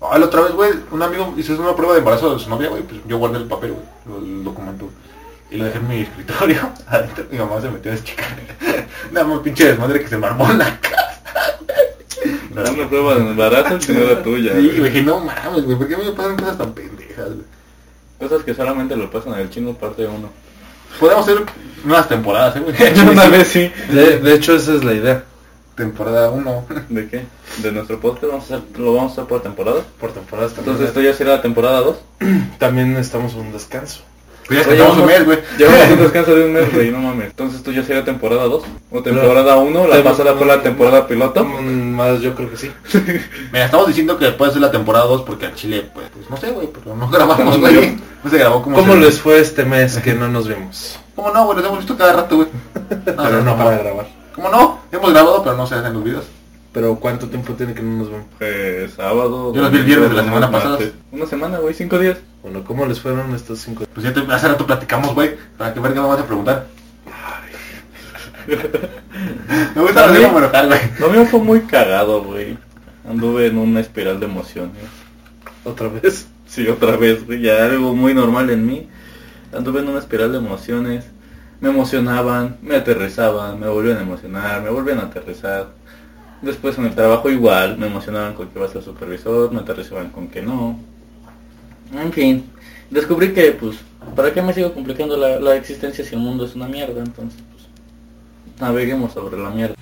Ah, la otra vez, güey, un amigo hizo una prueba de embarazo de su novia, güey, pues yo guardé el papel, güey, el documento. Y lo dejé en mi escritorio. Adentro mi mamá se metió a deschicar. Nada más pinche desmadre que se me armó en la casa. Era una prueba de embarazo que no era tuya. Sí, güey, dije, no mames, güey, ¿por qué me pasan cosas tan pendejas, güey? Cosas que solamente lo pasan en el Chino parte 1. Podemos hacer nuevas temporadas, güey. Una vez sí. De hecho, esa es la idea. Temporada 1. ¿De qué? ¿De nuestro podcast? ¿Lo vamos a hacer por temporada? Por temporadas también. Entonces esto ya será la temporada 2. También estamos en un descanso. Pues ya estamos un mes, güey. Llevamos un descanso de un mes, güey, no mames. Entonces tú ya sería temporada 2 o temporada 1, la pasada por la temporada piloto. Más yo creo que sí. Mira, estamos diciendo que puede ser la temporada 2 porque al Chile, pues no sé, güey, pero no grabamos, güey. No se grabó como... ¿Cómo les fue este mes que no nos vimos? ¿Cómo no, güey? Nos hemos visto cada rato, güey. Pero no para grabar. ¿Cómo no? Hemos grabado, pero no se hacen los videos. Pero ¿cuánto tiempo tiene que no nos vemos? Sábado. Yo los vi el viernes de la semana pasada. Una semana, güey, 5 días. Bueno, ¿cómo les fueron estos 5 días? Pues ya hace rato platicamos, güey, para que ver qué me vas a preguntar. Me gusta lo mismo enojar, güey. Lo mío fue muy cagado, güey. Anduve en una espiral de emociones. ¿Otra vez? Sí, otra vez, güey, ya algo muy normal en mí. Anduve en una espiral de emociones. Me emocionaban, me aterrizaban, me volvían a emocionar, me volvían a aterrizar. Después en el trabajo igual, me emocionaban con que iba a ser supervisor, me aterrizaban con que no. En fin, descubrí que, pues, ¿para qué me sigo complicando la existencia si el mundo es una mierda? Entonces, pues, naveguemos sobre la mierda.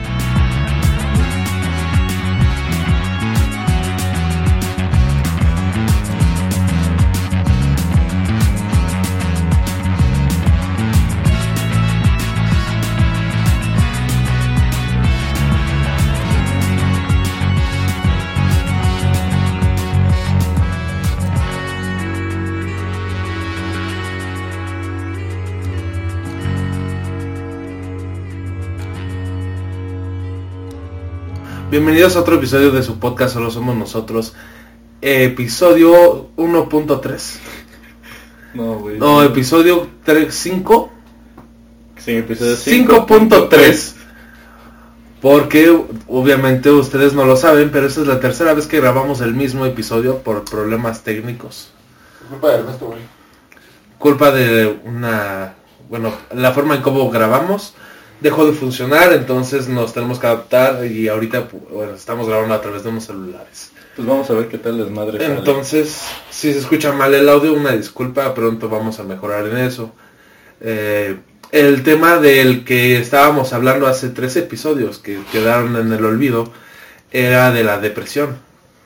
Bienvenidos a otro episodio de su podcast Solo Somos Nosotros. Episodio 1.3. No, güey. No, episodio 5. Sí, episodio 5.3. Porque obviamente ustedes no lo saben, pero esta es la tercera vez que grabamos el mismo episodio por problemas técnicos. Culpa de Ernesto, güey. Culpa de una... Bueno, la forma en cómo grabamos dejó de funcionar, entonces nos tenemos que adaptar y ahorita, bueno, estamos grabando a través de unos celulares. Pues vamos a ver qué tal desmadre sale. Entonces, si se escucha mal el audio, una disculpa, pronto vamos a mejorar en eso. El tema del que estábamos hablando hace 3 episodios que quedaron en el olvido era de la depresión.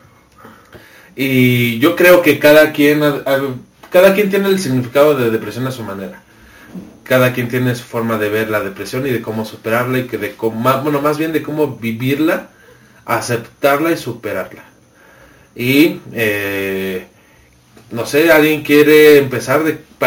Y yo creo que cada quien tiene el significado de depresión a su manera. Cada quien tiene su forma de ver la depresión y de cómo superarla y que de cómo, más bien de cómo vivirla, aceptarla y superarla. Y no sé, alguien quiere empezar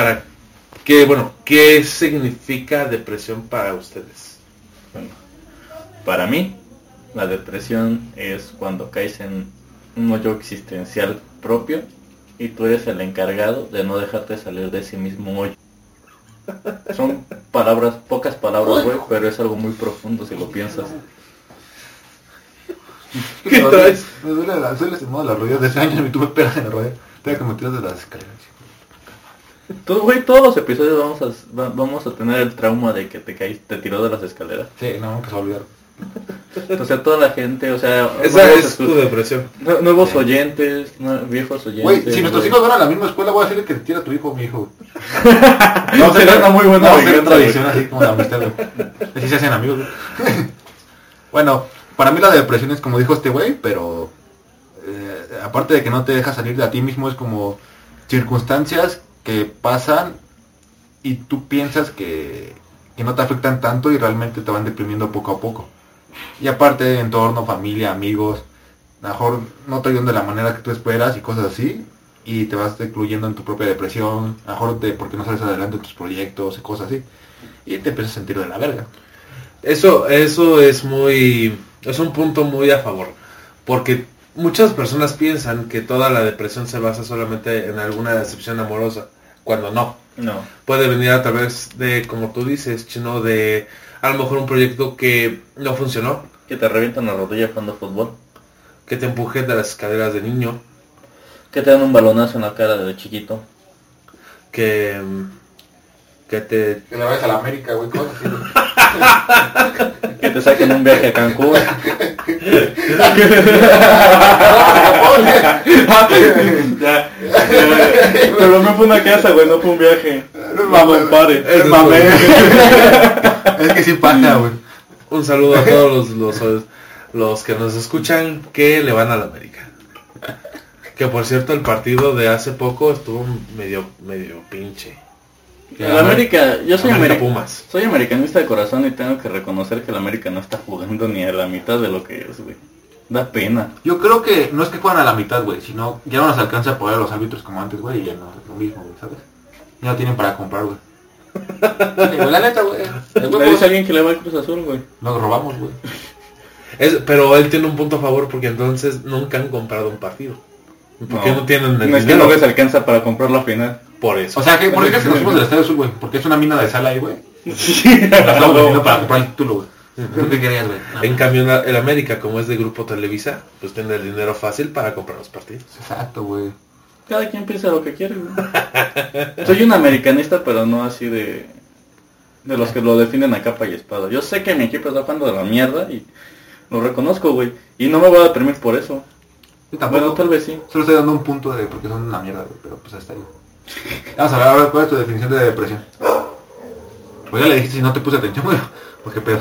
¿qué significa depresión para ustedes? Bueno, para mí, la depresión es cuando caes en un hoyo existencial propio y tú eres el encargado de no dejarte salir de ese mismo hoyo. Son pocas palabras, güey, pero es algo muy profundo si lo piensas. ¿Qué traes? Me duele la rodilla de ese año y tú me pegas en la rodilla. Tengo que me tiras de las escaleras. Güey, todos los episodios vamos a tener el trauma de que te tiró de las escaleras. Sí, no, que se va a olvidar. O sea, toda la gente, o sea... Esa es tu depresión. Nuevos Sí. oyentes, viejos oyentes. Güey, si nuestros hijos van a la misma escuela, voy a decirle que te tira a tu hijo o mi hijo. No, sería una muy buena no, venganza, tradición así como la amistad, güey. Así se hacen amigos, güey. Bueno, para mí la depresión es como dijo este güey, pero aparte de que no te deja salir de a ti mismo, es como circunstancias que pasan y tú piensas que no te afectan tanto y realmente te van deprimiendo poco a poco. Y aparte, entorno, familia, amigos, a lo mejor no te ayudan de la manera que tú esperas y cosas así, y te vas incluyendo en tu propia depresión, a lo mejor porque no sales adelante en tus proyectos y cosas así, y te empiezas a sentir de la verga. Eso es un punto muy a favor, porque muchas personas piensan que toda la depresión se basa solamente en alguna decepción amorosa, cuando no. No. Puede venir a través de, como tú dices, Chino, de a lo mejor un proyecto que no funcionó, Que te revientan la rodilla jugando fútbol. que te empuje de las escaleras de niño, Que te dan un balonazo en la cara de chiquito. Que te... Que le vayas a la América, güey, cosas así, güey. Que te saquen un viaje a Cancún. Ya. Pero no fue una casa, güey, no fue un viaje. Vamos, pare. Es que sí pasa, güey. Un saludo a todos los que nos escuchan que le van a la América. Que por cierto el partido de hace poco estuvo medio pinche. El América, yo soy Pumas. soy americanista de corazón y tengo que reconocer que el América no está jugando ni a la mitad de lo que es, güey. Da pena. Yo creo que no es que juegan a la mitad, güey, sino ya no nos alcanza a poder a los árbitros como antes, güey, y ya no es lo mismo, güey, ¿sabes? Ya no tienen para comprar, güey. Sí, güey, la neta, güey. Me dice alguien que le va al Cruz Azul, güey. Nos robamos, güey. Pero él tiene un punto a favor porque entonces nunca han comprado un partido. Porque no tienen el No es que dinero. no les alcanza para comprar la final. Por eso. O sea, que por qué es que nos fuimos del Estadio Sur, güey, porque es una mina de sal ahí, güey. Sí. La estamos vendiendo para comprar el título, güey. ¿Qué querías, güey? No. En cambio, el América, como es de Grupo Televisa, pues tiene el dinero fácil para comprar los partidos. Exacto, güey. Cada quien piensa lo que quiere, güey. Soy un americanista, pero no así de los que lo definen a capa y espada. Yo sé que mi equipo está jugando de la mierda y lo reconozco, güey. Y no me voy a deprimir por eso. Yo tampoco. Bueno, tal vez sí. Solo estoy dando un punto de porque son una mierda, güey, pero pues hasta ahí. Vamos a ver ahora cuál es tu definición de depresión. Pues ya le dijiste si no te puse atención, güey. Porque pedo.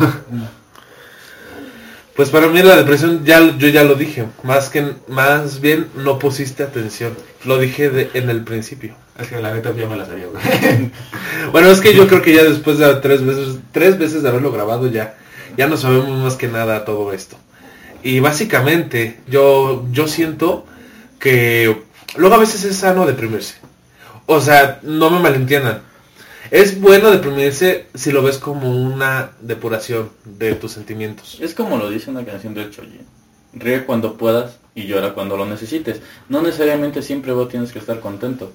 Pues para mí la depresión, yo ya lo dije. Más bien no pusiste atención. Lo dije en el principio. Es que la neta ya me la sabía, güey. Bueno, es que yo creo que ya después de tres veces de haberlo grabado ya no sabemos más que nada todo esto. Y básicamente yo siento que luego a veces es sano deprimirse. O sea, no me malentiendan. Es bueno deprimirse si lo ves como una depuración de tus sentimientos. Es como lo dice una canción del Choyi. Ríe cuando puedas y llora cuando lo necesites. No necesariamente siempre vos tienes que estar contento.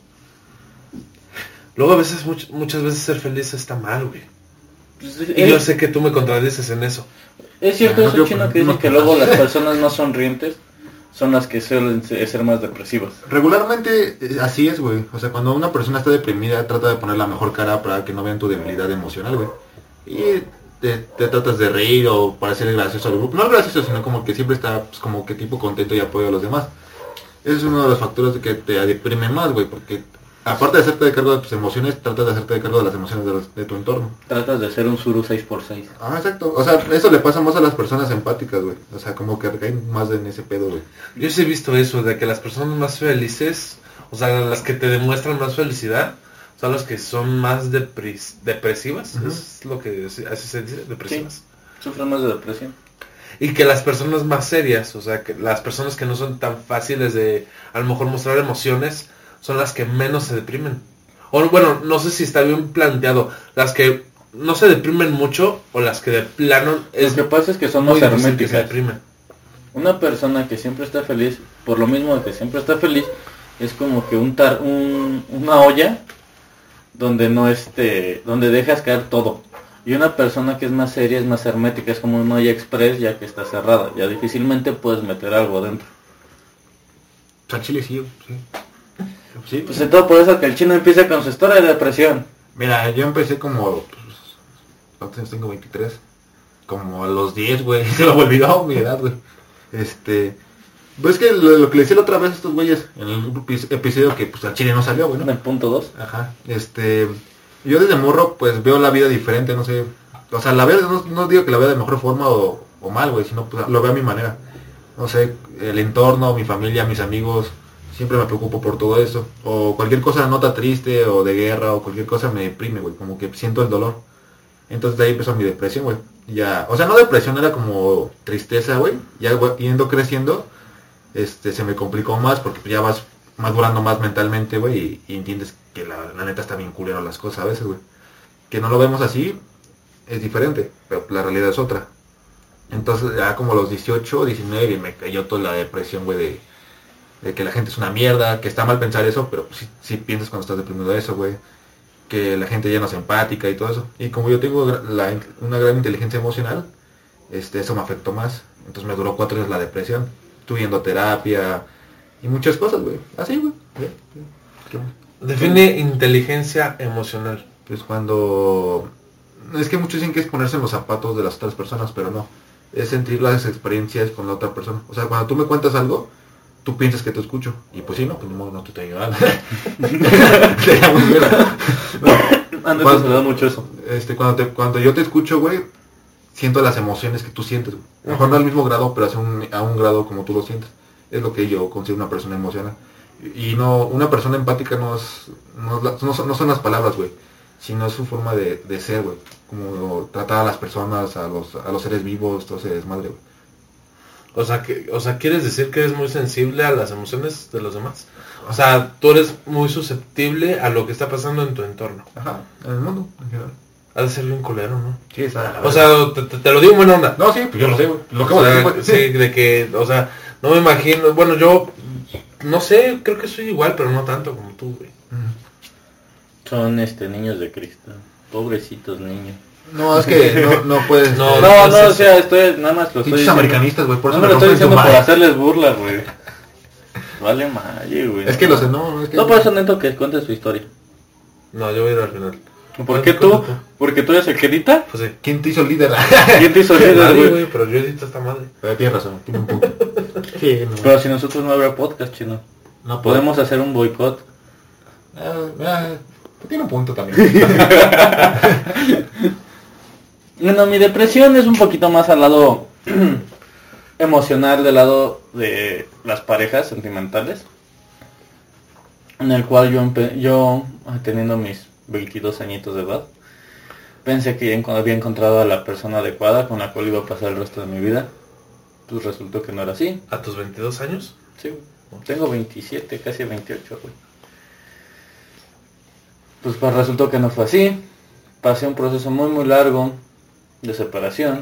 Luego a veces, muchas veces ser feliz está mal, güey. Pues, Y yo sé que tú me contradices en eso. Es cierto No, eso, yo- chino, que no, dicen que luego las personas no sonrientes son las que suelen ser más depresivas. Regularmente así es, güey. O sea, cuando una persona está deprimida, trata de poner la mejor cara para que no vean tu debilidad emocional, güey. Y te tratas de reír o parecer gracioso al grupo. No gracioso, sino como que siempre está pues, como que tipo contento y apoyo a los demás. Ese es uno de los factores de que te deprime más, güey, porque aparte de hacerte de cargo de tus emociones, tratas de hacerte de cargo de las emociones de tu entorno. Tratas de ser un suru 6x6. Ah, exacto. O sea, eso le pasa más a las personas empáticas, güey. O sea, como que recaen más en ese pedo, güey. Yo sí he visto eso, de que las personas más felices, o sea, las que te demuestran más felicidad, son las que son más depresivas. Ujú. Es lo que así se dice, depresivas. Sufren más de depresión. Y que las personas más serias, o sea, que las personas que no son tan fáciles de a lo mejor mostrar emociones, son las que menos se deprimen. O bueno, no sé si está bien planteado, las que no se deprimen mucho o las que de plano Lo que pasa es que son muy más difícil que se herméticas. deprimen. Una persona que siempre está feliz, por lo mismo de que siempre está feliz, es como que una olla donde no donde dejas caer todo. Y una persona que es más seria, es más hermética, es como una olla express ya que está cerrada, ya difícilmente puedes meter algo dentro. O sea, Chile sí, sí. Sí, Pues de todo por eso que el chino empieza con su historia de depresión. Mira, yo empecé como, pues, ¿cuántos años tengo? 23. Como a los 10, güey. Se me olvidó mi edad, güey. Pues que lo que le decía la otra vez a estos güeyes, en el episodio que pues al Chile no salió, güey, En ¿no? el punto 2. Ajá. Yo desde morro, pues veo la vida diferente, no sé. O sea, la veo, no digo que la vea de mejor forma o mal, güey, sino pues lo veo a mi manera. No sé, el entorno, mi familia, mis amigos, siempre me preocupo por todo eso. O cualquier cosa nota triste o de guerra o cualquier cosa me deprime, güey, como que siento el dolor. Entonces de ahí empezó mi depresión, güey. Ya, o sea, no depresión, era como tristeza, güey. Ya yendo creciendo, se me complicó más porque ya vas madurando más mentalmente, güey, y entiendes que la neta está bien culero las cosas a veces, güey. Que no lo vemos así, es diferente, pero la realidad es otra. Entonces ya como a los 18, 19 me cayó toda la depresión, güey, de que la gente es una mierda, que está mal pensar eso, pero sí, sí piensas cuando estás deprimido eso, güey. Que la gente ya no es empática y todo eso. Y como yo tengo una gran inteligencia emocional, eso me afectó más. Entonces me duró 4 años la depresión. Estuve yendo a terapia, Y muchas cosas, güey. Así, güey. Define inteligencia emocional. Pues cuando... Es que muchos dicen que es ponerse en los zapatos de las otras personas, pero no. Es sentir las experiencias con la otra persona. O sea, cuando tú me cuentas algo, tú piensas que te escucho. Y pues sí, no, pues no te estoy ayudando. Antes se da mucho eso. Cuando yo te escucho, güey, siento las emociones que tú sientes, güey. A lo mejor no al mismo grado, pero a un grado como tú lo sientes. Es lo que yo considero una persona emocional. Y no, una persona empática no son las palabras, güey, sino es su forma de ser, güey. Como tratar a las personas, a los seres vivos, todo ese desmadre, güey. O sea, ¿quieres decir que eres muy sensible a las emociones de los demás? O sea, tú eres muy susceptible a lo que está pasando en tu entorno. Ajá, en el mundo, en general. Ha de ser bien culero, ¿no? Sí, está. O sea, te lo digo en buena onda. No, sí, pues yo lo sé, güey. Lo acabo O sea, de decir, güey. sí, de que, o sea, no me imagino. Bueno, yo, no sé, creo que soy igual, pero no tanto como tú, güey. Son niños de Cristo. Pobrecitos niños. No, es que no puedes. No, No, o sea, nada más lo estoy Pinches diciendo. americanistas, güey, por eso No me lo estoy rompen tu diciendo por madre. hacerles burla, güey. Vale madre, güey. Es que lo sé, no, es que... No, por eso necesito que cuentes su historia. No, yo voy a ir al final. ¿Por qué tú? ¿Porque tú eres el que edita? Pues sí. ¿Quién te hizo líder? ¿Quién te hizo líder, Nadie, güey? güey, pero yo edito esta madre. Pero tienes razón, tiene un punto. Sí, no. Pero si nosotros no habrá podcast, chino. No Podemos hacer un boicot. Tiene un punto también. Bueno, mi depresión es un poquito más al lado emocional, del lado de las parejas sentimentales. En el cual yo teniendo mis 22 añitos de edad, pensé que ya había encontrado a la persona adecuada con la cual iba a pasar el resto de mi vida. Pues resultó que no era así. ¿A tus 22 años? Sí, tengo 27, casi 28, güey. Pues resultó que no fue así. Pasé un proceso muy muy largo de separación.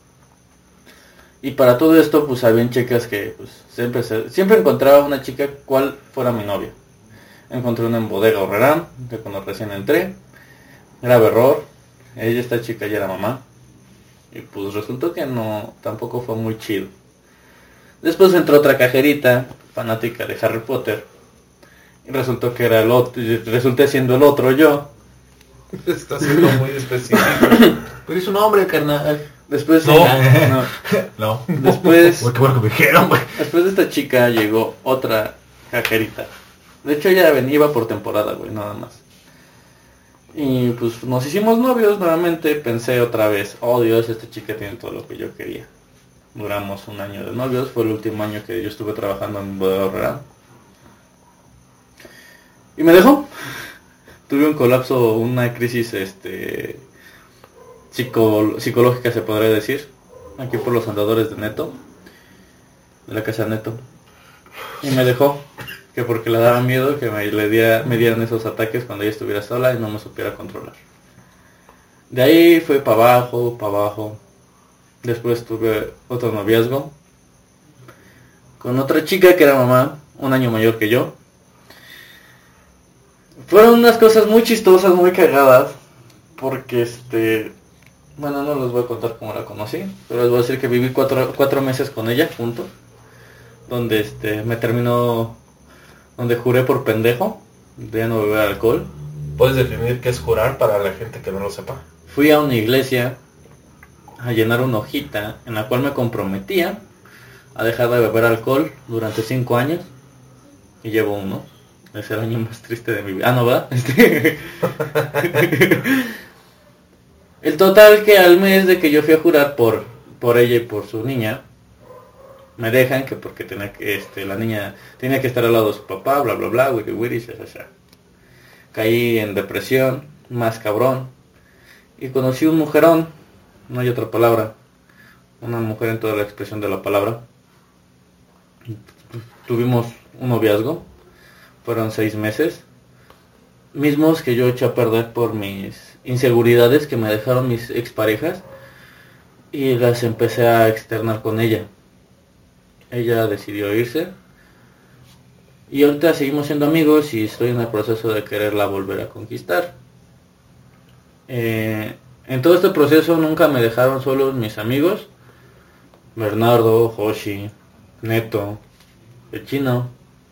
Y para todo esto pues habían chicas que pues siempre encontraba una chica cual fuera mi novia. Encontré una en Bodega Horrera, de cuando recién entré. Grave error. Esta chica ya era mamá. Y pues resultó que no, tampoco fue muy chido. Después entró otra cajerita, fanática de Harry Potter. Y resultó que era el otro, resulté siendo el otro yo. Está siendo muy específico. Pero es un hombre, carnal. Después No. Después, Uy, qué bueno que me dijeron, güey. después de esta chica llegó otra cajerita. De hecho ella iba por temporada, güey, nada más. Y pues nos hicimos novios nuevamente. Pensé otra vez, oh Dios, esta chica tiene todo lo que yo quería. Duramos un año de novios. Fue el último año que yo estuve trabajando en Bodega Horrera. Y me dejó. Tuve un colapso, una crisis psicológica se podría decir. Aquí por los andadores de Neto. De la casa de Neto. Y me dejó. Que porque le daba miedo que me dieran esos ataques cuando ella estuviera sola y no me supiera controlar. De ahí fue para abajo. Después tuve otro noviazgo. Con otra chica que era mamá, un año mayor que yo. Fueron unas cosas muy chistosas, muy cagadas. Porque bueno, no les voy a contar cómo la conocí. Pero les voy a decir que viví cuatro meses con ella juntos. Donde me terminó... Donde juré por pendejo de ya no beber alcohol. ¿Puedes definir qué es jurar para la gente que no lo sepa? Fui a una iglesia a llenar una hojita en la cual me comprometía a dejar de beber alcohol durante 5 años. Y llevo uno. Es el año más triste de mi vida. Ah, ¿no va? El total que al mes de que yo fui a jurar por ella y por su niña, me dejan que porque tenía que la niña tenía que estar al lado de su papá, bla bla bla, wiri wiri, sha. Caí en depresión, más cabrón. Y conocí un mujerón, no hay otra palabra. Una mujer en toda la expresión de la palabra. Tuvimos un noviazgo. Fueron 6 meses. Mismos que yo eché a perder por mis inseguridades que me dejaron mis exparejas. Y las empecé a externar con ella. Ella decidió irse. Y ahorita seguimos siendo amigos y estoy en el proceso de quererla volver a conquistar. En todo este proceso nunca me dejaron solos mis amigos. Bernardo, Hoshi, Neto, el Chino,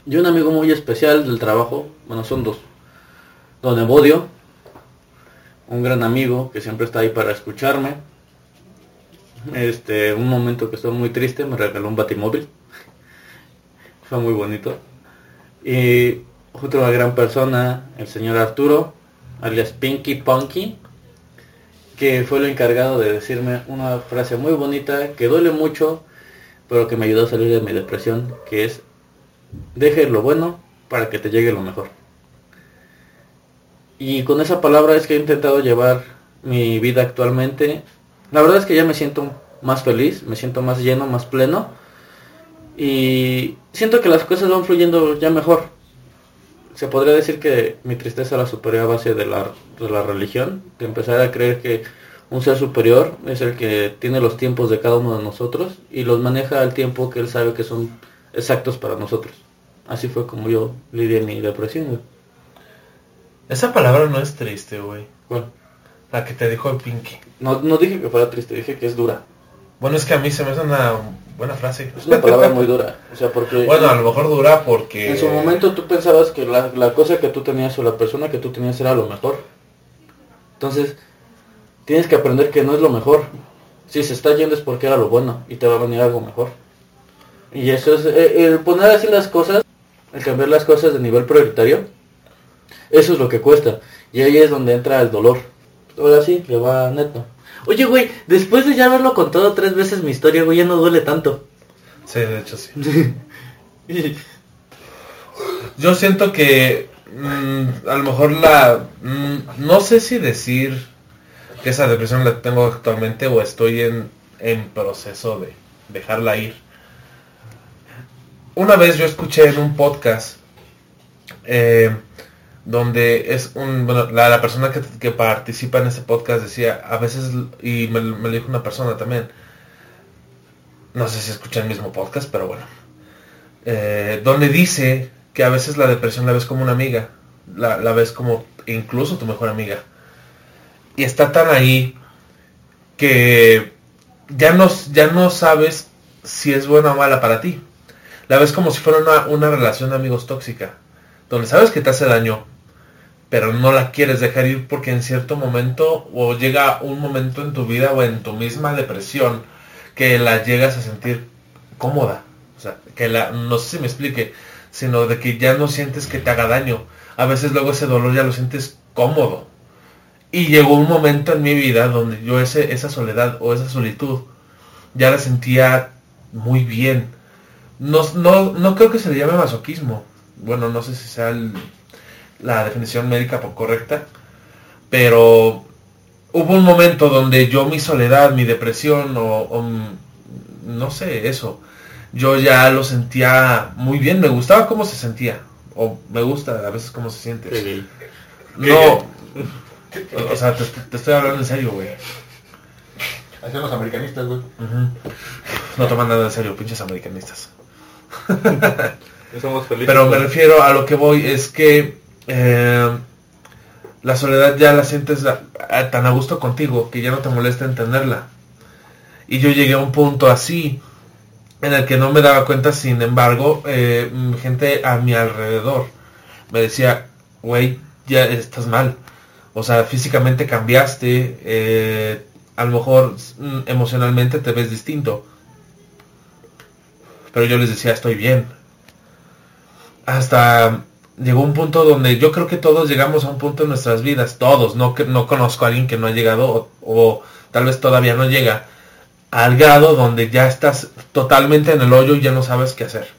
Y un amigo muy especial del trabajo, bueno, son dos. Don Evodio, un gran amigo que siempre está ahí para escucharme. Un momento que estuve muy triste, me regaló un batimóvil. Fue muy bonito. Y otra gran persona, el señor Arturo, alias Pinky Punky, que fue el encargado de decirme una frase muy bonita, que duele mucho, pero que me ayudó a salir de mi depresión, que es: deje lo bueno para que te llegue lo mejor. Y con esa palabra es que he intentado llevar mi vida actualmente. La verdad es que ya me siento más feliz, me siento más lleno, más pleno. Y siento que las cosas van fluyendo ya mejor. Se podría decir que mi tristeza la superé a base de la religión, de empezar a creer que un ser superior es el que tiene los tiempos de cada uno de nosotros y los maneja al tiempo que él sabe que son exactos para nosotros. Así fue como yo lidié mi depresión, güey. Esa palabra no es triste, güey. ¿Cuál? La que te dijo el Pinky. No dije que fuera triste, dije que es dura. Bueno, es que a mí se me hace una buena frase. Es una palabra muy dura. O sea, porque... Bueno, a lo mejor dura porque... En su momento tú pensabas que la cosa que tú tenías o la persona que tú tenías era lo mejor. Entonces, tienes que aprender que no es lo mejor. Si se está yendo es porque era lo bueno y te va a venir algo mejor. Y eso es... el poner así las cosas, el cambiar las cosas de nivel prioritario, eso es lo que cuesta. Y ahí es donde entra el dolor. Ahora sí, le va neto. Oye, güey, después de ya haberlo contado 3 veces mi historia, güey, ya no duele tanto. Sí, de hecho sí. Yo siento que a lo mejor no sé si decir que esa depresión la tengo actualmente o estoy en proceso de dejarla ir. Una vez yo escuché en un podcast donde es la persona que participa en ese podcast decía, a veces, y me lo dijo una persona también, no sé si escuché el mismo podcast, pero bueno, donde dice que a veces la depresión la ves como una amiga, la ves como incluso tu mejor amiga, y está tan ahí que ya no sabes si es buena o mala para ti, la ves como si fuera una relación de amigos tóxica, donde sabes que te hace daño, pero no la quieres dejar ir porque en cierto momento o llega un momento en tu vida o en tu misma depresión que la llegas a sentir cómoda. O sea, no sé si me explique, sino de que ya no sientes que te haga daño. A veces luego ese dolor ya lo sientes cómodo. Y llegó un momento en mi vida donde yo esa soledad o esa solitud ya la sentía muy bien. No creo que se le llame masoquismo. Bueno, no sé si sea la definición médica correcta, pero hubo un momento donde yo mi soledad, mi depresión o no sé, eso, yo ya lo sentía muy bien, me gustaba cómo se sentía, o me gusta a veces cómo se siente. Sí. No, o sea, te estoy hablando en serio, güey. Así son los americanistas, güey. No toman nada en serio, pinches americanistas. Somos felices. Pero me refiero a lo que voy, es que la soledad ya la sientes tan a gusto contigo que ya no te molesta entenderla. Y yo llegué a un punto así en el que no me daba cuenta, sin embargo, gente a mi alrededor me decía, güey, ya estás mal. O sea, físicamente cambiaste, a lo mejor emocionalmente te ves distinto. Pero yo les decía, estoy bien. Hasta llegó un punto donde yo creo que todos llegamos a un punto en nuestras vidas, todos, no conozco a alguien que no ha llegado o tal vez todavía no llega al grado donde ya estás totalmente en el hoyo y ya no sabes qué hacer.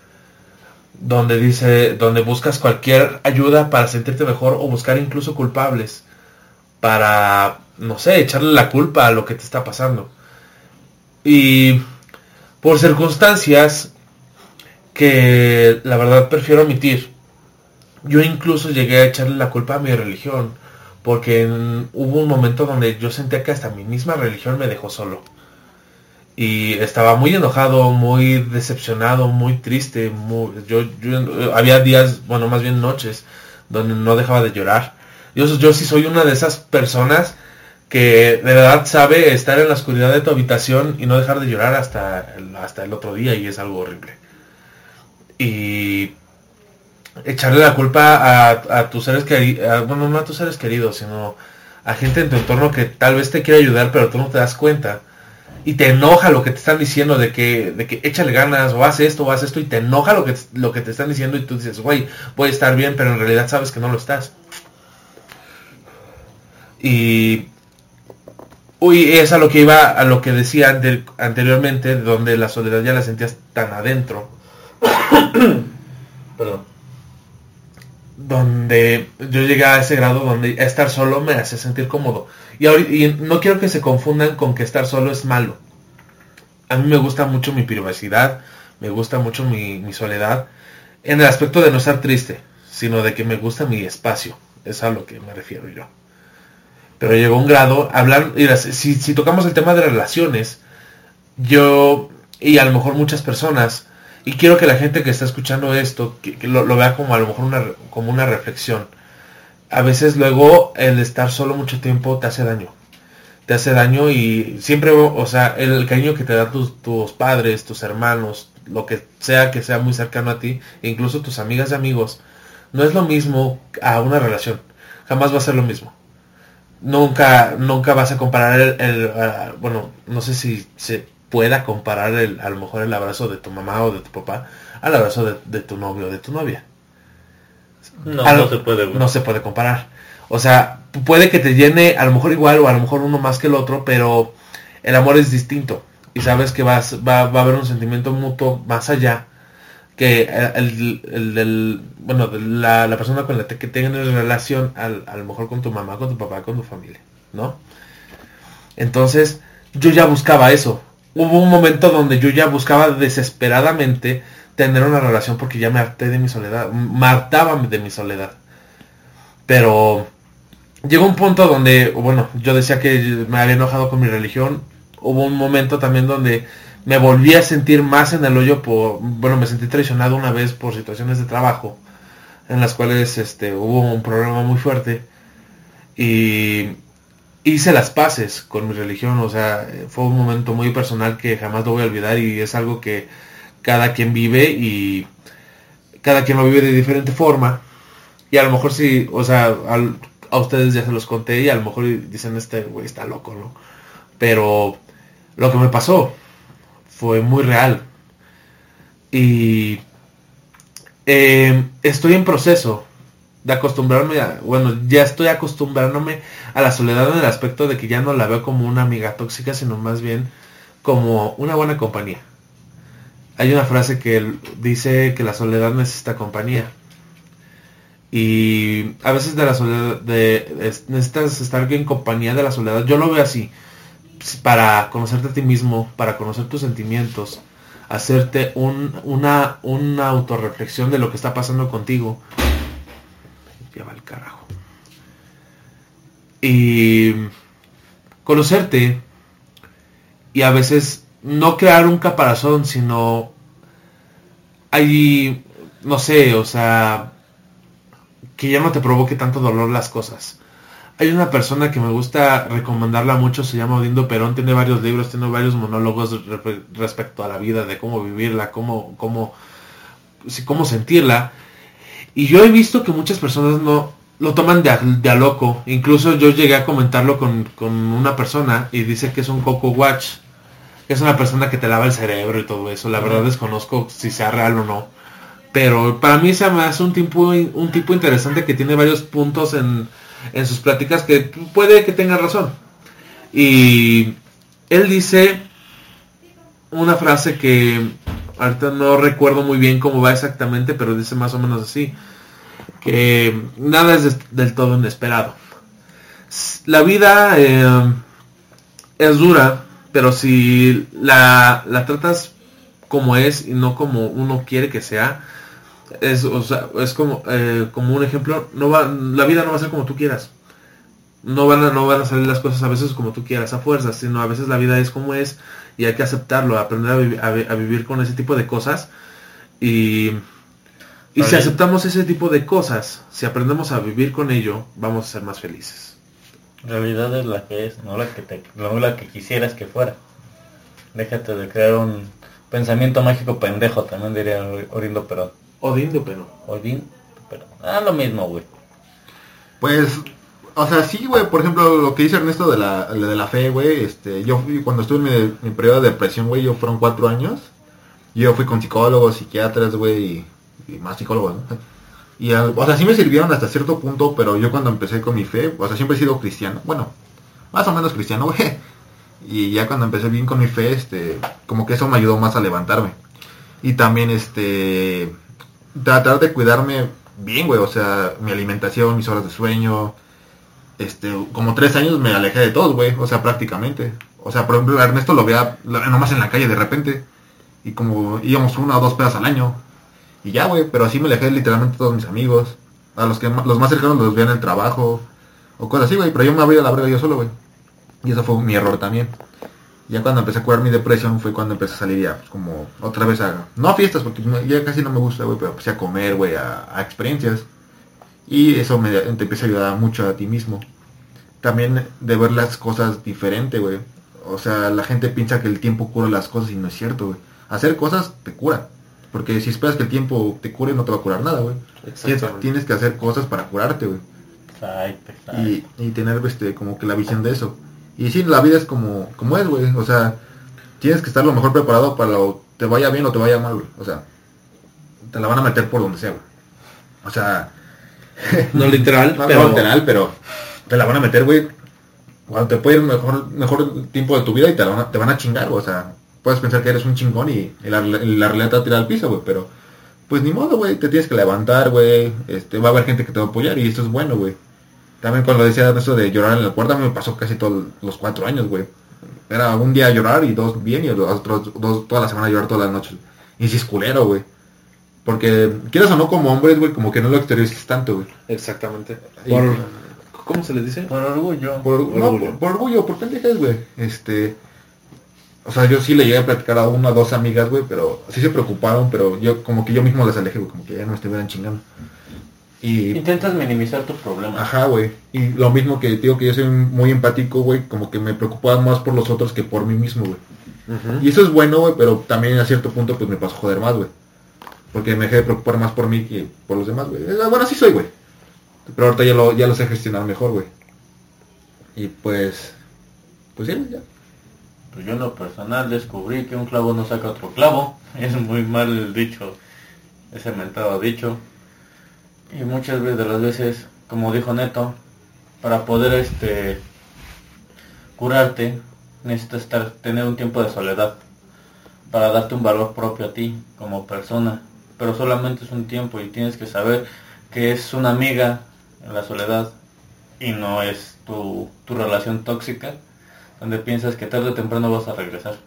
Donde buscas cualquier ayuda para sentirte mejor o buscar incluso culpables para, no sé, echarle la culpa a lo que te está pasando. Y por circunstancias que la verdad prefiero omitir, yo incluso llegué a echarle la culpa a mi religión, porque hubo un momento donde yo sentía que hasta mi misma religión me dejó solo. Y estaba muy enojado, muy decepcionado, muy triste. Yo había días, bueno, más bien noches, donde no dejaba de llorar. Yo sí soy una de esas personas que de verdad sabe estar en la oscuridad de tu habitación y no dejar de llorar hasta el otro día, y es algo horrible. Y echarle la culpa a tus seres queridos, bueno, no a tus seres queridos, sino a gente en tu entorno que tal vez te quiere ayudar, pero tú no te das cuenta. Y te enoja lo que te están diciendo de que échale ganas, o haz esto, y te enoja lo que te están diciendo, y tú dices, güey, voy a estar bien, pero en realidad sabes que no lo estás. Y es a lo que iba, a lo que decía anteriormente, donde la soledad ya la sentías tan adentro. Perdón. Donde yo llegué a ese grado donde estar solo me hace sentir cómodo. Y no quiero que se confundan con que estar solo es malo. A mí me gusta mucho mi privacidad, me gusta mucho mi soledad, en el aspecto de no estar triste, sino de que me gusta mi espacio. Es a lo que me refiero yo. Pero llegó un grado, si tocamos el tema de relaciones, yo, y a lo mejor muchas personas, y quiero que la gente que está escuchando esto, que lo vea como a lo mejor como una reflexión. A veces luego el estar solo mucho tiempo te hace daño. Te hace daño y siempre, o sea, el cariño que te dan tus padres, tus hermanos, lo que sea muy cercano a ti, e incluso tus amigas y amigos, no es lo mismo a una relación. Jamás va a ser lo mismo. Nunca vas a comparar bueno, no sé si se pueda comparar a lo mejor el abrazo de tu mamá o de tu papá al abrazo de tu novio o de tu novia. No se puede. No se puede comparar. O sea, puede que te llene a lo mejor igual o a lo mejor uno más que el otro, pero el amor es distinto. Y sabes que va a haber un sentimiento mutuo más allá que la persona con la que tengas relación a lo mejor con tu mamá, con tu papá, con tu familia, ¿no? Entonces, yo ya buscaba eso. Hubo un momento donde yo ya buscaba desesperadamente tener una relación porque ya me harté de mi soledad, me hartaba de mi soledad. Pero llegó un punto donde, bueno, yo decía que me había enojado con mi religión. Hubo un momento también donde me volví a sentir más en el hoyo me sentí traicionado una vez por situaciones de trabajo en las cuales hubo un problema muy fuerte y hice las paces con mi religión. O sea, fue un momento muy personal que jamás lo voy a olvidar y es algo que cada quien vive y cada quien lo vive de diferente forma. Y a lo mejor sí, o sea, a ustedes ya se los conté y a lo mejor dicen, este güey está loco, ¿no? Pero lo que me pasó fue muy real. Y estoy en proceso de acostumbrarme ya estoy acostumbrándome a la soledad en el aspecto de que ya no la veo como una amiga tóxica, sino más bien como una buena compañía. Hay una frase que dice que la soledad necesita compañía. Y a veces de la soledad, necesitas estar en compañía de la soledad. Yo lo veo así, para conocerte a ti mismo, para conocer tus sentimientos, hacerte una autorreflexión de lo que está pasando contigo. Ya va el carajo. Y conocerte y a veces no crear un caparazón, sino hay, no sé, o sea, que ya no te provoque tanto dolor las cosas. Hay una persona que me gusta recomendarla mucho, se llama Odindo Perón, tiene varios libros, tiene varios monólogos respecto a la vida, de cómo vivirla, cómo sentirla. Y yo he visto que muchas personas no lo toman de a loco. Incluso yo llegué a comentarlo con una persona y dice que es un Coco Watch, que es una persona que te lava el cerebro y todo eso. La verdad desconozco si sea real o no. Pero para mí se me hace un tipo interesante que tiene varios puntos en sus pláticas que puede que tenga razón. Y él dice una frase que ahorita no recuerdo muy bien cómo va exactamente, pero dice más o menos así, que nada es del todo inesperado. La vida es dura, pero si la tratas como es y no como uno quiere que sea, es como un ejemplo, la vida no va a ser como tú quieras. No van a salir las cosas a veces como tú quieras, a fuerzas, sino a veces la vida es como es y hay que aceptarlo, aprender a vivir con ese tipo de cosas. Y si aceptamos ese tipo de cosas, si aprendemos a vivir con ello, vamos a ser más felices. Realidad es la que es, no la que quisieras que fuera. Déjate de crear un pensamiento mágico pendejo, también diría Odindo Perón. Odindo Perón. pero lo mismo, güey. Pues, o sea, sí, güey, por ejemplo, lo que dice Ernesto de la fe, güey, yo fui, cuando estuve en mi periodo de depresión, güey, fueron 4 años, yo fui con psicólogos, psiquiatras, güey, y más psicólogos, ¿no? Y, o sea, sí me sirvieron hasta cierto punto, pero yo cuando empecé con mi fe, o sea, siempre he sido cristiano, bueno, más o menos cristiano, güey, y ya cuando empecé bien con mi fe, como que eso me ayudó más a levantarme, y también, tratar de cuidarme bien, güey, o sea, mi alimentación, mis horas de sueño, como 3 años me alejé de todos, güey, o sea, prácticamente. O sea, por ejemplo, a Ernesto lo veía nomás en la calle de repente. Y como íbamos 1 o 2 pedas al año. Y ya, güey, pero así me alejé literalmente de todos mis amigos. A los más cercanos los veía en el trabajo. O cosas así, güey, pero yo me abrí a la verga yo solo, güey. Y eso fue mi error también. Ya cuando empecé a curar mi depresión fue cuando empecé a salir ya, pues, como otra vez no a fiestas, porque ya casi no me gusta, güey, pero empecé a comer, güey, a experiencias. Y eso te empieza a ayudar mucho a ti mismo. También de ver las cosas diferente, güey. O sea, la gente piensa que el tiempo cura las cosas y no es cierto, güey. Hacer cosas te cura. Porque si esperas que el tiempo te cure, no te va a curar nada, güey. Tienes que hacer cosas para curarte, güey. Exacto. Y tener, como que la visión de eso. Y sí, la vida es como es, güey. O sea, tienes que estar lo mejor preparado para te vaya bien o te vaya mal, güey. O sea, te la van a meter por donde sea, güey. O sea... No literal, no literal, pero te la van a meter, güey. Cuando te puede ir mejor tiempo de tu vida y te van a chingar, güey. O sea, puedes pensar que eres un chingón y la realidad te va a tirar al piso, güey. Pero, pues ni modo, güey. Te tienes que levantar, güey. Va a haber gente que te va a apoyar y esto es bueno, güey. También cuando decía eso de llorar en la puerta, me pasó casi todos los 4 años, güey. Era un día llorar y 2 bien y los otros 2 toda la semana llorar todas las noches. Y si es culero, güey. Porque, quieras o no, como hombres, güey, como que no lo exteriorices tanto, güey. Exactamente. Por, ¿cómo se les dice? Por orgullo. Por orgullo, por pendejas, güey. O sea, yo sí le llegué a platicar a 1 o 2 amigas, güey, pero sí se preocuparon, pero yo mismo les alejé, güey, como que ya no me estuvieran chingando. Y intentas minimizar tu problema. Ajá, güey. Y lo mismo que digo que yo soy muy empático, güey, como que me preocupaba más por los otros que por mí mismo, güey. Y eso es bueno, güey, pero también a cierto punto pues me pasó joder más, güey. Porque me dejé de preocupar más por mí que por los demás, güey. Bueno, así soy, güey. Pero ahorita ya lo sé gestionar mejor, güey. Y pues sí, ya. Pues yo en lo personal descubrí que un clavo no saca otro clavo. Es muy mal dicho, ese mentado dicho. Y muchas veces de las veces, como dijo Neto, para poder curarte, necesitas tener un tiempo de soledad. Para darte un valor propio a ti como persona. Pero solamente es un tiempo y tienes que saber que es una amiga en la soledad y no es tu relación tóxica donde piensas que tarde o temprano vas a regresar.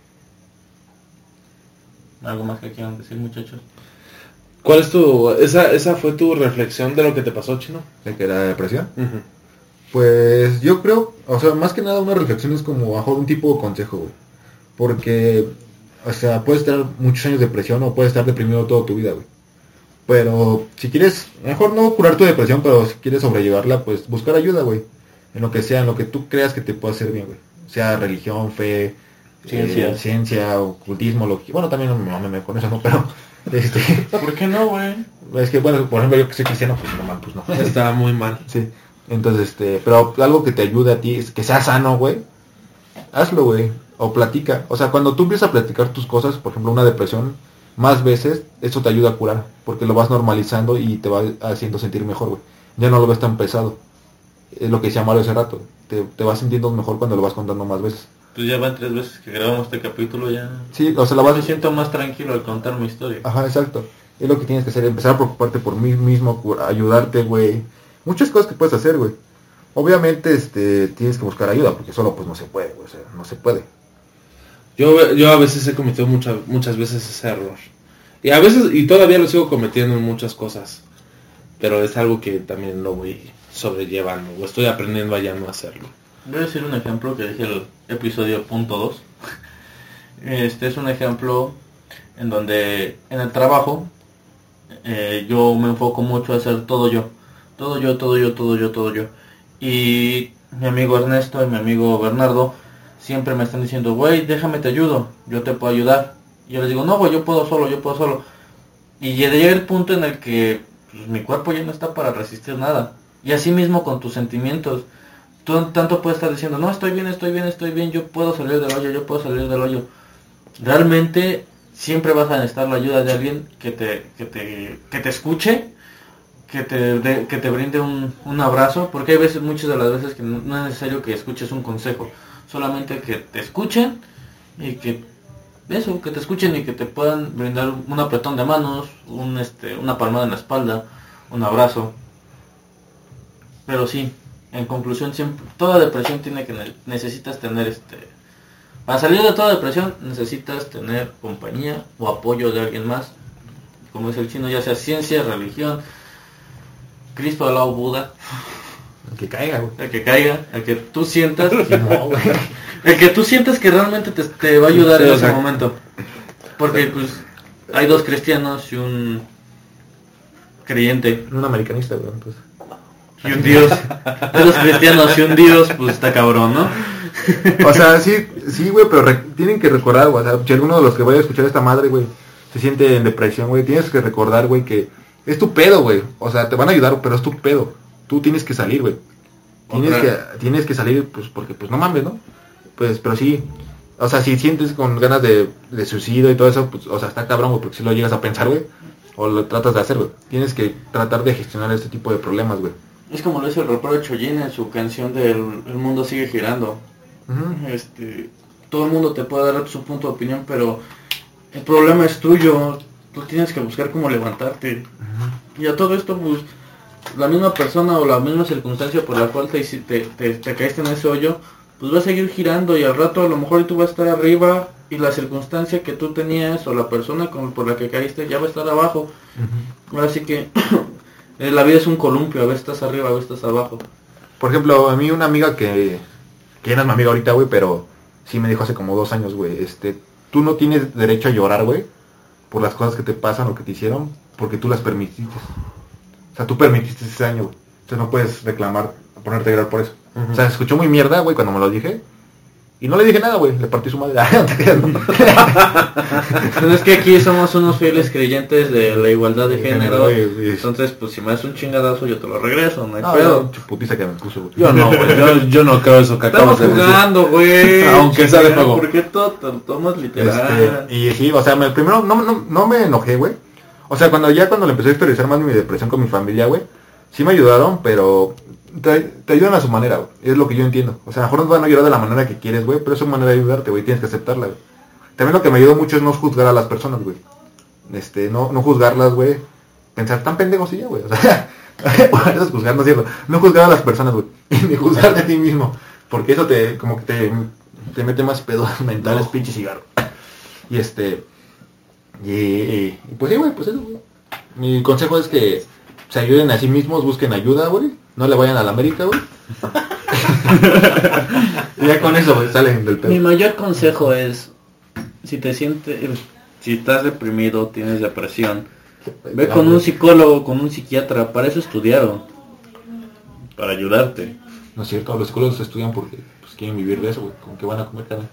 ¿Algo más que quieran decir, muchachos? ¿Cuál es esa fue tu reflexión de lo que te pasó, Chino? ¿De que era depresión? Pues yo creo, o sea, más que nada una reflexión es como bajo un tipo de consejo, güey. Porque, o sea, puedes estar muchos años de depresión o puedes estar deprimido toda tu vida, güey. Pero si quieres, mejor no curar tu depresión, pero si quieres sobrellevarla, pues buscar ayuda, güey. En lo que sea, en lo que tú creas que te pueda hacer bien, güey. Sea religión, fe, ciencia, ocultismo, lo que... Bueno, también no me con eso, ¿no? Pero... ¿Por qué no, güey? Es que, bueno, por ejemplo, yo que soy cristiano, pues no, man, pues no. Está muy mal. Sí. Entonces, pero algo que te ayude a ti, que sea sano, güey. Hazlo, güey. O platica. O sea, cuando tú empiezas a platicar tus cosas, por ejemplo, una depresión, más veces, eso te ayuda a curar. Porque lo vas normalizando y te va haciendo sentir mejor, güey. Ya no lo ves tan pesado. Es lo que decía Mario hace rato. Te vas sintiendo mejor cuando lo vas contando más veces. Pues ya van 3 veces que grabamos este capítulo, ya... Sí, o sea, me siento más tranquilo al contar mi historia. Ajá, exacto. Es lo que tienes que hacer, empezar a preocuparte por mí mismo, ayudarte, güey. Muchas cosas que puedes hacer, güey. Obviamente, tienes que buscar ayuda, porque solo pues no se puede, güey. O sea, no se puede. Yo a veces he cometido muchas veces ese error. Y todavía lo sigo cometiendo en muchas cosas. Pero es algo que también lo voy sobrellevando, o estoy aprendiendo a ya no hacerlo. Voy a decir un ejemplo que dije el episodio .2. Este es un ejemplo en donde en el trabajo yo me enfoco mucho a hacer todo yo. Todo yo. Y mi amigo Ernesto y mi amigo Bernardo siempre me están diciendo, güey, déjame te ayudo, yo te puedo ayudar. Y yo les digo, no, güey, yo puedo solo. Y llega el punto en el que pues, mi cuerpo ya no está para resistir nada. Y así mismo con tus sentimientos. Tú tanto puedes estar diciendo, no, estoy bien, yo puedo salir del hoyo. Realmente siempre vas a necesitar la ayuda de alguien que te escuche, que te brinde un abrazo, porque hay veces, muchas de las veces, que no es necesario que escuches un consejo, solamente que te escuchen y que te escuchen y que te puedan brindar un apretón de manos, una palmada en la espalda, un abrazo. Pero sí, en conclusión, siempre toda depresión necesitas tener para salir de toda depresión necesitas tener compañía o apoyo de alguien más, como es el chino, ya sea ciencia, religión, Cristo, Alá o Buda. El que caiga, güey. El que tú sientas, el que tú sientas que realmente te va a ayudar en ese momento. Porque pues hay 2 cristianos y un creyente. Un americanista, güey, entonces. Y un dios. 2 cristianos y un dios, pues está cabrón, ¿no? O sea, sí, güey, pero tienen que recordar, güey, o sea, si alguno de los que vaya a escuchar esta madre, güey, se siente en depresión, güey, tienes que recordar, güey, que es tu pedo, güey. O sea, te van a ayudar, pero es tu pedo. Tú tienes que salir, güey. Tienes que salir, pues, porque, pues, no mames, ¿no? Pues, pero sí. O sea, si sientes con ganas de suicidio y todo eso, pues, o sea, está cabrón, güey, porque si lo llegas a pensar, güey, o lo tratas de hacer, güey. Tienes que tratar de gestionar este tipo de problemas, güey. Es como lo dice el rapero Chojin en su canción del El mundo sigue girando. Todo el mundo te puede dar su punto de opinión, pero el problema es tuyo. Tú tienes que buscar cómo levantarte. Y a todo esto, pues, la misma persona o la misma circunstancia por la cual te caíste en ese hoyo, pues va a seguir girando, y al rato a lo mejor tú vas a estar arriba y la circunstancia que tú tenías o la persona por la que caíste ya va a estar abajo. Así que la vida es un columpio, a veces estás arriba, a veces estás abajo. Por ejemplo, a mí una amiga que ya no es mi amiga ahorita, güey, pero sí me dijo hace como 2 años, güey, tú no tienes derecho a llorar, güey, por las cosas que te pasan o que te hicieron, porque tú las permitiste. O sea, tú permitiste ese daño, güey. Entonces no puedes reclamar, ponerte a llorar por eso. O sea, se escuchó muy mierda, güey, cuando me lo dije. Y no le dije nada, güey, le partí su madre. Pero es que aquí somos unos fieles creyentes de la igualdad de género, güey. Entonces, pues si me das un chingadazo, yo te lo regreso, no hay No, pedo. Chuputiza que me puso, güey. Yo no, güey, yo no creo eso que Estamos acabas de decir. jugando, güey. Aunque sea de juego. ¿Por qué todo te lo tomas literal? Y sí, o sea, primero no me enojé, güey. O sea, cuando le empecé a exteriorizar más mi depresión con mi familia, güey, sí me ayudaron, pero te ayudan a su manera, güey. Es lo que yo entiendo. O sea, a lo mejor no van a ayudar de la manera que quieres, güey, pero es su manera de ayudarte, güey. Tienes que aceptarla, güey. También lo que me ayudó mucho es no juzgar a las personas, güey. No juzgarlas, güey. Pensar tan pendejos y ya, güey. O sea, eso es juzgar, no es cierto. No juzgar a las personas, güey. Ni juzgarte a ti mismo. Porque eso como que te mete más pedos mentales, pinche cigarro. Y y pues sí, güey, pues eso, güey. Mi consejo es que se ayuden a sí mismos, busquen ayuda, güey. No le vayan a la América, güey. Y ya con eso, güey, salen del pedo. Mi mayor consejo es, si estás deprimido, tienes depresión, ve con un psicólogo, con un psiquiatra, para eso estudiaron, para ayudarte. No es cierto, los psicólogos estudian porque pues, quieren vivir de eso, güey. ¿Con qué van a comer carne?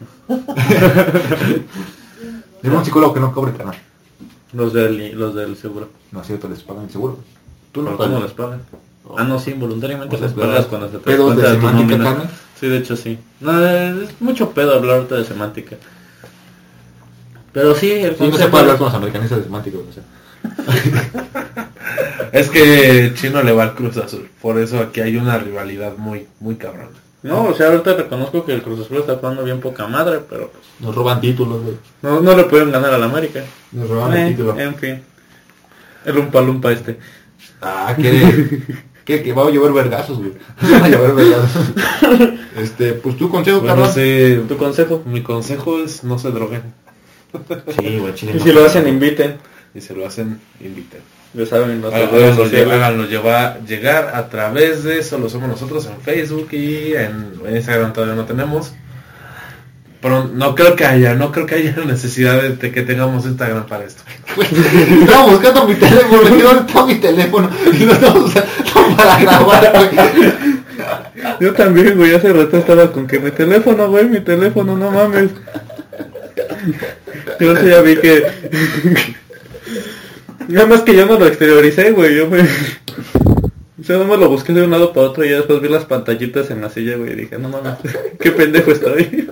Dime un psicólogo que no cobre carne. Los del seguro. No es cierto, les pagan el seguro. Tú ¿Pero cómo les pagan? Ah, no, sí, voluntariamente O sea, les pagas cuando se te pedos de cuenta tu semántica, nómina. carne. Sí, de hecho sí. No, es mucho pedo hablar ahorita de semántica. Pero sí, el Sí, no se puede hablar con los americanistas de semántica, güey. O sea. Es que Chino le va al Cruz Azul, por eso aquí hay una rivalidad muy, muy cabrona. No, o sea, ahorita reconozco que el Cruz Azul está jugando bien poca madre, pero pues, Nos roban títulos, güey. no le pueden ganar al América. Nos roban el título. En fin. El lumpa este. Ah, que va a llevar vergazos, güey. Va a llevar vergazos. Pues tu consejo, Bueno, Carlos. sí, ¿Tu consejo? mi consejo es no se droguen. Sí, güey, chile. Y si lo hacen, inviten. Y se lo hacen, inviten. Ya saben, en nuestras redes Háganos sociales. llegar a través de Solo Somos Nosotros en Facebook y en Instagram todavía no tenemos. Pero no creo que haya necesidad de que tengamos Instagram para esto. Estaba buscando mi teléfono, me quedó todo mi teléfono y lo estamos usando para grabar, güey. Yo también, güey, hace rato estaba con que mi teléfono, no mames. Yo ya vi que... Nada más que yo no lo exterioricé, güey. Yo nada más lo busqué de un lado para otro y ya después vi las pantallitas en la silla, güey. Y dije, no mames, qué pendejo estoy.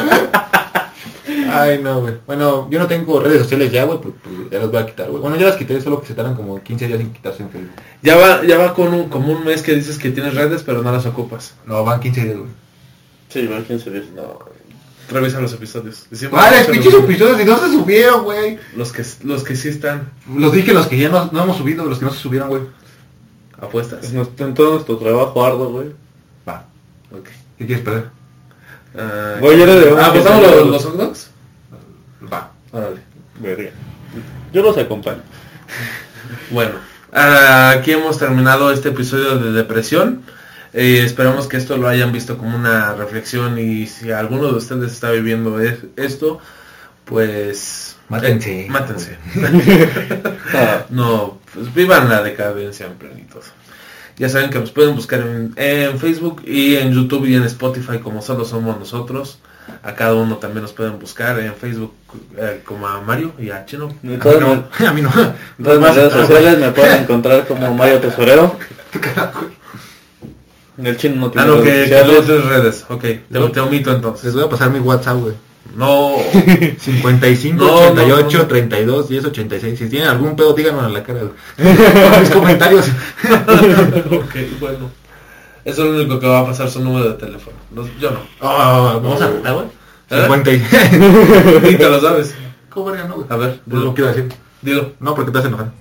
Ay, no, güey. Bueno, yo no tengo redes sociales ya, güey, pues ya las voy a quitar, güey. Bueno, ya las quité, solo que se tardan como 15 días sin quitarse en Facebook. Ya va como un mes que dices que tienes redes, pero no las ocupas. No, van 15 días, güey. Sí, van 15 días. No, revisa los episodios. Vale, pinches episodios y no se subieron, güey. Los que sí están. Los dije, los que ya no hemos subido, los que no se subieron, güey. Apuestas. En todo nuestro trabajo arduo, güey. Va. Ok. ¿Qué quieres perder? Güey, yo era de ¿Apostamos los hot dogs? Va. Órale. Verga. Yo los acompaño. Bueno, aquí hemos terminado este episodio de depresión. Esperamos que esto lo hayan visto como una reflexión y si alguno de ustedes está viviendo esto, pues mátense. Mátense. No, pues vivan la decadencia en plenitud. Ya saben que nos pueden buscar en Facebook y en YouTube y en Spotify como Solo Somos Nosotros. A cada uno también nos pueden buscar en Facebook como a Mario y a Chino. A mí no. En todas mis redes sociales me pueden encontrar como Mario Tesorero. El Chino no tiene redes sociales. Que redes. Ok, te omito entonces. Les voy a pasar mi WhatsApp, güey. No. 55, 88, 32, 10, 86. Si tienen algún pedo, díganlo en la cara. En mis comentarios. Ok, bueno. Eso es lo único que va a pasar, su número de teléfono. Yo no. Vamos a anotar, güey. 56. Y te lo sabes. ¿Cómo verga, no, güey? A ver, no lo quiero decir. Dilo. No, porque te hacen enojar.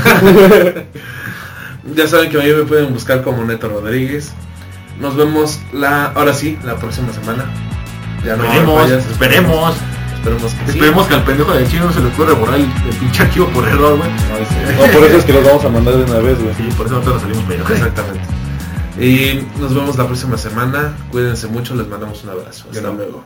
Ya saben que a mí me pueden buscar como Neto Rodríguez. Nos vemos la próxima semana. Ya no esperemos que esperemos que al pendejo del Chino no se le ocurre borrar el pinche archivo por error, güey. No, por eso es que los vamos a mandar de una vez, güey. Sí, por eso nosotros salimos medio. Exactamente. Y nos vemos la próxima semana. Cuídense mucho, les mandamos un abrazo. Hasta luego.